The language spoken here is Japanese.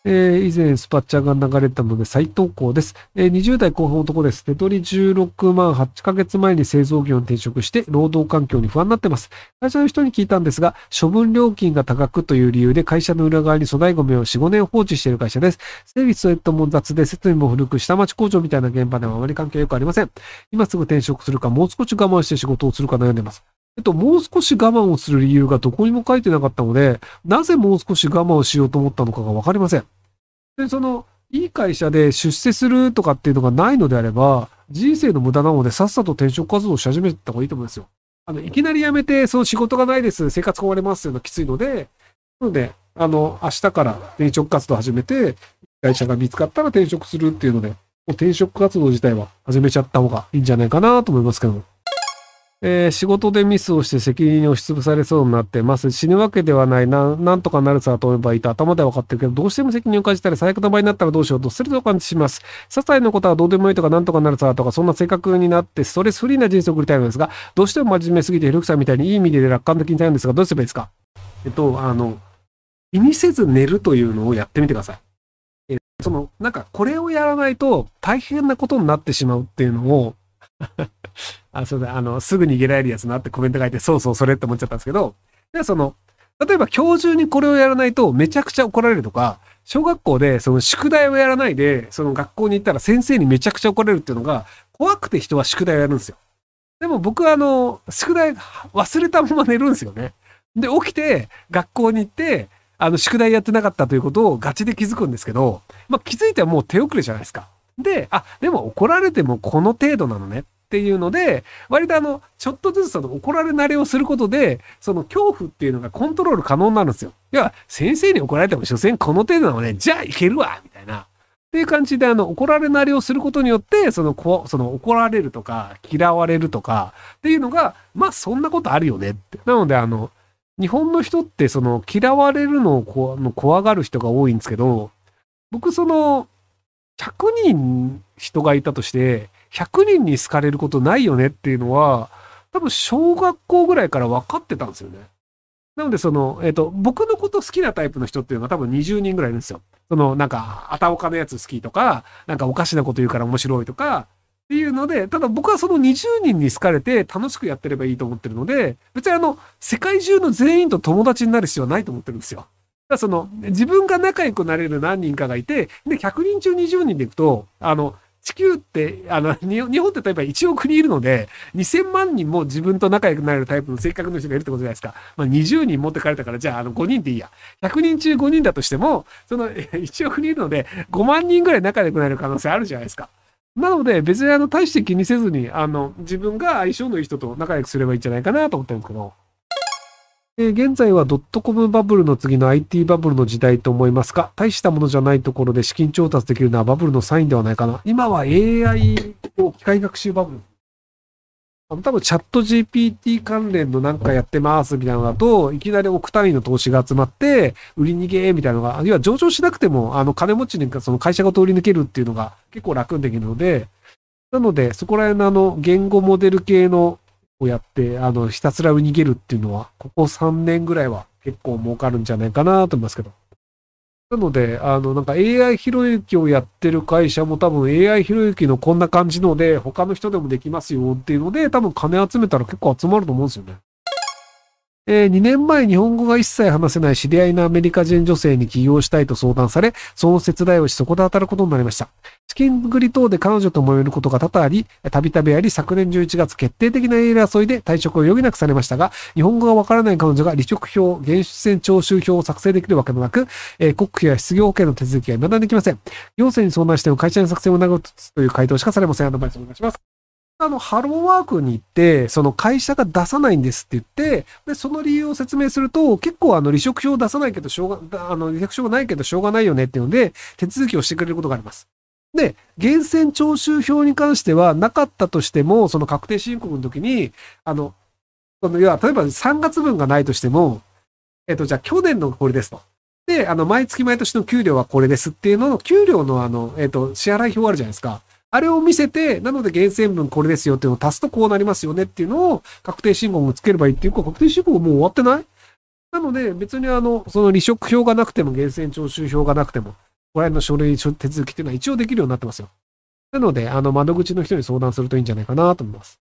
以前スパチャが流れたので再投稿です。20代後半男です。手取り16万8ヶ月前に製造業に転職して労働環境に不安になってます。会社の人に聞いたんですが、処分料金が高くという理由で会社の裏側に粗大ゴミを4、5年放置している会社です。整備スウェットも雑で設備も古く下町工場みたいな現場ではあまり関係よくありません。今すぐ転職するかもう少し我慢して仕事をするか悩んでいます。もう少し我慢をする理由がどこにも書いてなかったので、なぜもう少し我慢をしようと思ったのかがわかりません。で、いい会社で出世するとかっていうのがないのであれば、人生の無駄なのでさっさと転職活動をし始めた方がいいと思うんですよ。いきなり辞めて、その仕事がないです、生活壊れますっていうのはきついので、なので、明日から転職活動を始めて、会社が見つかったら転職するっていうので、もう転職活動自体は始めちゃった方がいいんじゃないかなと思いますけど。仕事でミスをして責任を押しつぶされそうになってます。死ぬわけではない。なんとかなるさと思えばいいと頭では分かってるけど、どうしても責任を感じたり、最悪の場合になったらどうしようとすると感じします。些細なことはどうでもいいとか、なんとかなるさとか、そんな性格になって、ストレスフリーな人生を送りたいのですが、どうしても真面目すぎて、ひろきさんみたいにいい意味で楽観的になるんですが、どうすればいいですか？気にせず寝るというのをやってみてください。これをやらないと大変なことになってしまうっていうのをそうだ、すぐ逃げられるやつなってコメント書いて、そうそう、それって思っちゃったんですけど、例えば今日中にこれをやらないとめちゃくちゃ怒られるとか、小学校でその宿題をやらないで、その学校に行ったら先生にめちゃくちゃ怒られるっていうのが、怖くて人は宿題をやるんですよ。でも僕は宿題忘れたまま寝るんですよね。で、起きて学校に行って、宿題やってなかったということをガチで気づくんですけど、気づいてはもう手遅れじゃないですか。で、でも怒られてもこの程度なのねっていうので、割とちょっとずつ怒られ慣れをすることで、その恐怖っていうのがコントロール可能になるんですよ。いや、先生に怒られても所詮この程度なのね、じゃあいけるわみたいな。っていう感じで、怒られ慣れをすることによって、その怒られるとか、嫌われるとか、っていうのが、そんなことあるよねって。なので、日本の人って、嫌われるのを怖がる人が多いんですけど、僕、100人人がいたとして、100人に好かれることないよねっていうのは、多分、小学校ぐらいから分かってたんですよね。なので、僕のこと好きなタイプの人っていうのが多分20人ぐらいいるんですよ。あたおかのやつ好きとか、おかしなこと言うから面白いとか、っていうので、ただ僕はその20人に好かれて楽しくやってればいいと思ってるので、別に世界中の全員と友達になる必要はないと思ってるんですよ。だから自分が仲良くなれる何人かがいて、で、100人中20人でいくと、地球って、日本って例えば1億人いるので、2000万人も自分と仲良くなれるタイプの性格の人がいるってことじゃないですか。20人持ってかれたから、じゃあ5人でいいや。100人中5人だとしても、1億人いるので、5万人ぐらい仲良くなれる可能性あるじゃないですか。なので、別に大して気にせずに、自分が相性のいい人と仲良くすればいいんじゃないかなと思ってるんですけど。現在はドットコムバブルの次の IT バブルの時代と思いますか？大したものじゃないところで資金調達できるのはバブルのサインではないかな。今は AI を機械学習バブル。多分チャット GPT 関連のなんかやってますみたいなのだと、いきなり億単位の投資が集まって、売り逃げみたいなのが、要は上場しなくても、金持ちにその会社が通り抜けるっていうのが結構楽にできるので、なので、そこら辺の言語モデル系のをやって、ひたすら逃げるっていうのは、ここ3年ぐらいは結構儲かるんじゃないかなと思いますけど。なので、AI ひろゆきをやってる会社も多分 AI ひろゆきのこんな感じので、他の人でもできますよっていうので、多分金集めたら結構集まると思うんですよね。2年前日本語が一切話せない知り合いのアメリカ人女性に起業したいと相談され、その手伝いをしそこで働くことになりました。資金繰り等で彼女と揉めることが多々あり、たびたびあり、昨年11月決定的な争いで退職を余儀なくされましたが、日本語がわからない彼女が離職票、減出選徴収票を作成できるわけもなく、国費や失業保険の手続きが未だにできません。行政に相談しても会社の作成を促すという回答しかされません。アドバイスお願いします。ハローワークに行って、その会社が出さないんですって言って、で、その理由を説明すると、結構離職票を出さないけど離職票がないけどしょうがないよねっていうので、手続きをしてくれることがあります。で、源泉徴収票に関してはなかったとしても、その確定申告の時に、要は、例えば3月分がないとしても、じゃあ去年のこれですと。で、毎月毎年の給料はこれですっていうのの、給料の支払い表あるじゃないですか。あれを見せて、なので源泉分これですよっていうのを足すとこうなりますよねっていうのを確定申告をつければいいっていうか、確定申告もう終わってない？なので別にその離職票がなくても源泉徴収票がなくても、 これの書類手続きっていうのは一応できるようになってますよ。なので、窓口の人に相談するといいんじゃないかなと思います。